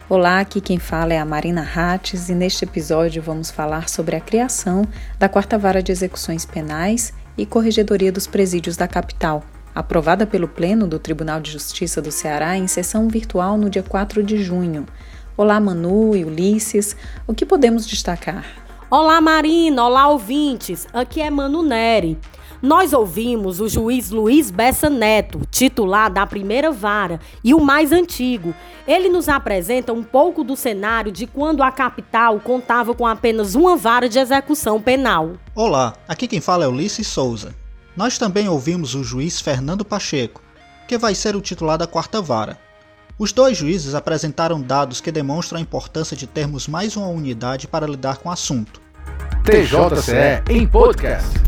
Olá, aqui quem fala é a Marina Rates e neste episódio vamos falar sobre a criação da 4ª Vara de Execuções Penais e Corregedoria dos Presídios da capital, aprovada pelo Pleno do Tribunal de Justiça do Ceará em sessão virtual no dia 4 de junho. Olá, Manu e Ulisses, o que podemos destacar? Olá, Marina, olá, ouvintes, aqui é Manu Neri. Nós ouvimos o juiz Luiz Bessa Neto, titular da 1ª Vara e o mais antigo. Ele nos apresenta um pouco do cenário de quando a capital contava com apenas uma vara de execução penal. Olá, aqui quem fala é Ulisses Souza. Nós também ouvimos o juiz Fernando Pacheco, que vai ser o titular da 4ª Vara. Os dois juízes apresentaram dados que demonstram a importância de termos mais uma unidade para lidar com o assunto. TJCE em podcast.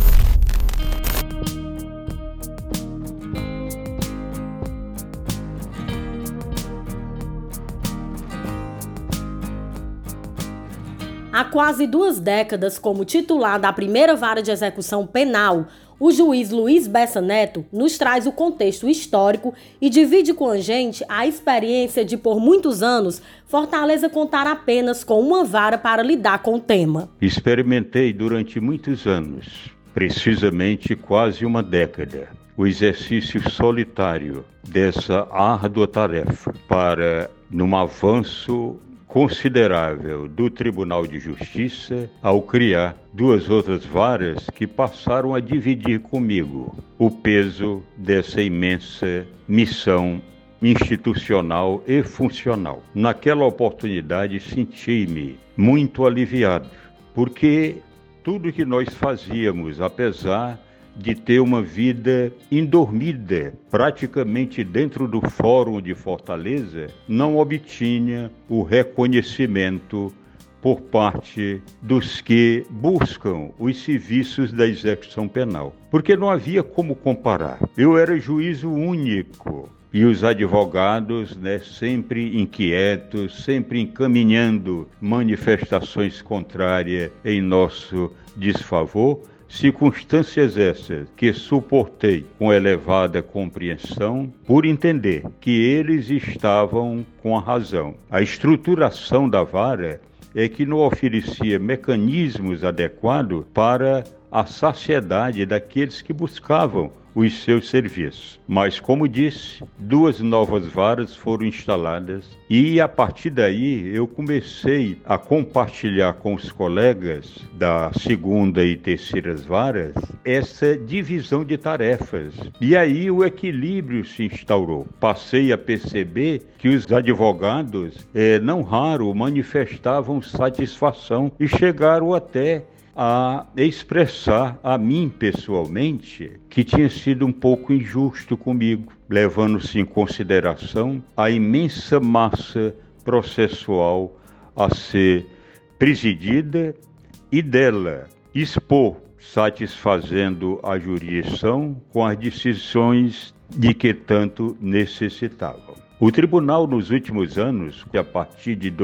Há quase 2 décadas, como titular da 1ª Vara de Execução Penal, o juiz Luiz Bessa Neto nos traz o contexto histórico e divide com a gente a experiência de, por muitos anos, Fortaleza contar apenas com uma vara para lidar com o tema. Experimentei durante muitos anos, precisamente quase uma década, o exercício solitário dessa árdua tarefa para, num avanço considerável do Tribunal de Justiça, ao criar 2 outras varas que passaram a dividir comigo o peso dessa imensa missão institucional e funcional. Naquela oportunidade senti-me muito aliviado, porque tudo que nós fazíamos, apesar de ter uma vida indormida, praticamente dentro do Fórum de Fortaleza, não obtinha o reconhecimento por parte dos que buscam os serviços da execução penal. Porque não havia como comparar. Eu era juízo único e os advogados, sempre inquietos, sempre encaminhando manifestações contrárias em nosso desfavor, circunstâncias essas que suportei com elevada compreensão por entender que eles estavam com a razão. A estruturação da vara é que não oferecia mecanismos adequados para a saciedade daqueles que buscavam os seus serviços. Mas, como disse, 2 novas varas foram instaladas e, a partir daí, eu comecei a compartilhar com os colegas da 2ª e 3ª varas essa divisão de tarefas. E aí o equilíbrio se instaurou. Passei a perceber que os advogados, não raro, manifestavam satisfação e chegaram até a expressar a mim pessoalmente que tinha sido um pouco injusto comigo, levando-se em consideração a imensa massa processual a ser presidida e dela expor, satisfazendo a jurisdição com as decisões de que tanto necessitavam. O tribunal, nos últimos anos, a partir de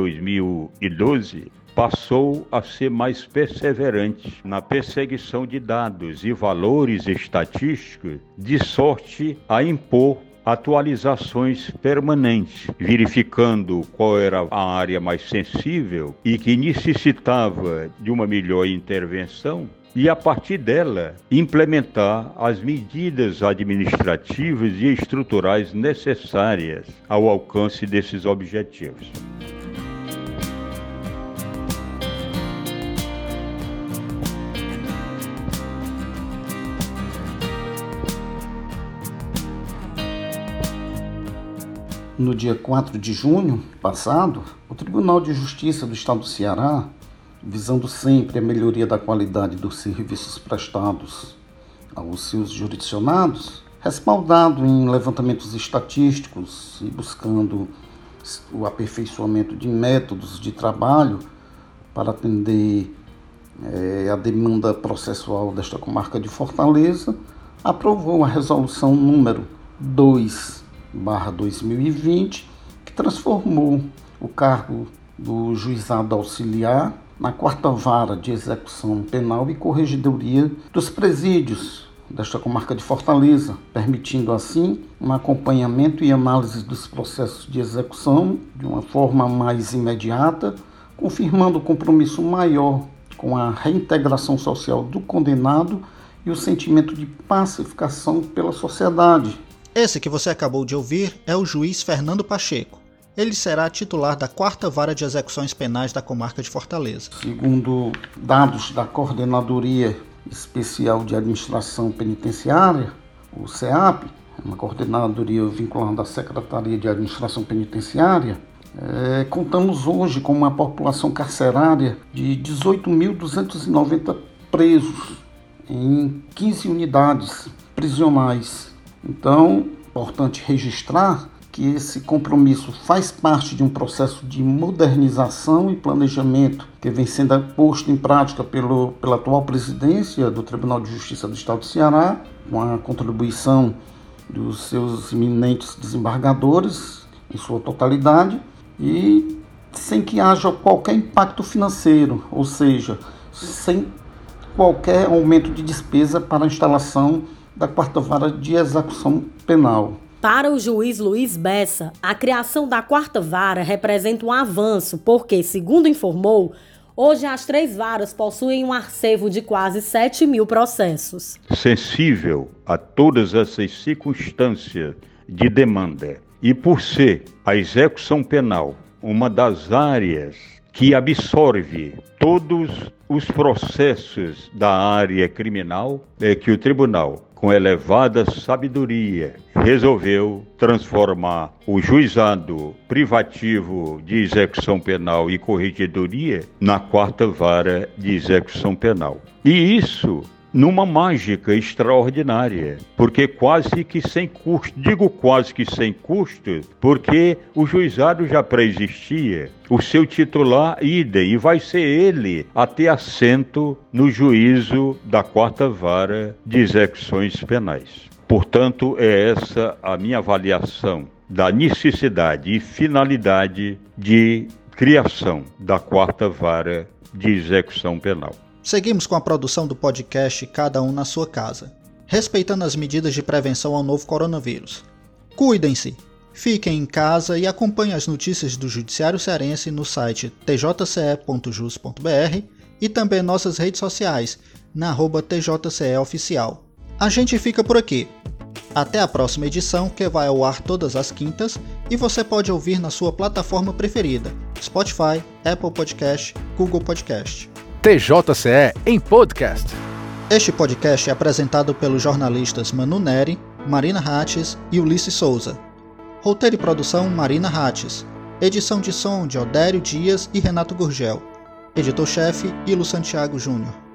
2012, passou a ser mais perseverante na perseguição de dados e valores estatísticos, de sorte a impor atualizações permanentes, verificando qual era a área mais sensível e que necessitava de uma melhor intervenção, e a partir dela implementar as medidas administrativas e estruturais necessárias ao alcance desses objetivos. No dia 4 de junho passado, o Tribunal de Justiça do Estado do Ceará, visando sempre a melhoria da qualidade dos serviços prestados aos seus jurisdicionados, respaldado em levantamentos estatísticos e buscando o aperfeiçoamento de métodos de trabalho para atender a demanda processual desta comarca de Fortaleza, aprovou a resolução número 2/2020, que transformou o cargo do juizado auxiliar na 4ª Vara de Execução Penal e Corregedoria dos Presídios desta comarca de Fortaleza, permitindo assim um acompanhamento e análise dos processos de execução de uma forma mais imediata, confirmando o compromisso maior com a reintegração social do condenado e o sentimento de pacificação pela sociedade. Esse que você acabou de ouvir é o juiz Fernando Pacheco. Ele será titular da 4ª Vara de Execuções Penais da comarca de Fortaleza. Segundo dados da Coordenadoria Especial de Administração Penitenciária, o CEAP, uma coordenadoria vinculada à Secretaria de Administração Penitenciária, contamos hoje com uma população carcerária de 18.290 presos em 15 unidades prisionais. Então, é importante registrar que esse compromisso faz parte de um processo de modernização e planejamento que vem sendo posto em prática pela atual presidência do Tribunal de Justiça do Estado do Ceará, com a contribuição dos seus eminentes desembargadores em sua totalidade e sem que haja qualquer impacto financeiro, ou seja, sem qualquer aumento de despesa para a instalação da 4ª Vara de Execução Penal. Para o juiz Luiz Bessa, a criação da 4ª Vara representa um avanço porque, segundo informou, hoje as 3 varas possuem um acervo de quase 7.000 processos. Sensível a todas essas circunstâncias de demanda e por ser a execução penal uma das áreas que absorve todos os processos da área criminal, é que o tribunal, com elevada sabedoria, resolveu transformar o juizado privativo de execução penal e corregedoria na 4ª Vara de Execução Penal. E isso numa mágica extraordinária, porque quase que sem custo, digo quase que sem custo, porque o juizado já pré-existia, o seu titular idem, e vai ser ele a ter assento no juízo da 4ª Vara de Execuções Penais. Portanto, é essa a minha avaliação da necessidade e finalidade de criação da 4ª Vara de Execução Penal. Seguimos com a produção do podcast Cada Um na Sua Casa, respeitando as medidas de prevenção ao novo coronavírus. Cuidem-se, fiquem em casa e acompanhem as notícias do Judiciário Cearense no site tjce.jus.br e também nossas redes sociais, na @tjceoficial. A gente fica por aqui. Até a próxima edição, que vai ao ar todas as quintas, e você pode ouvir na sua plataforma preferida, Spotify, Apple Podcast, Google Podcast. TJCE em podcast. Este podcast é apresentado pelos jornalistas Manu Neri, Marina Hattes e Ulisses Souza. Roteiro e produção Marina Hattes. Edição de som de Odério Dias e Renato Gurgel. Editor-chefe Ilo Santiago Júnior.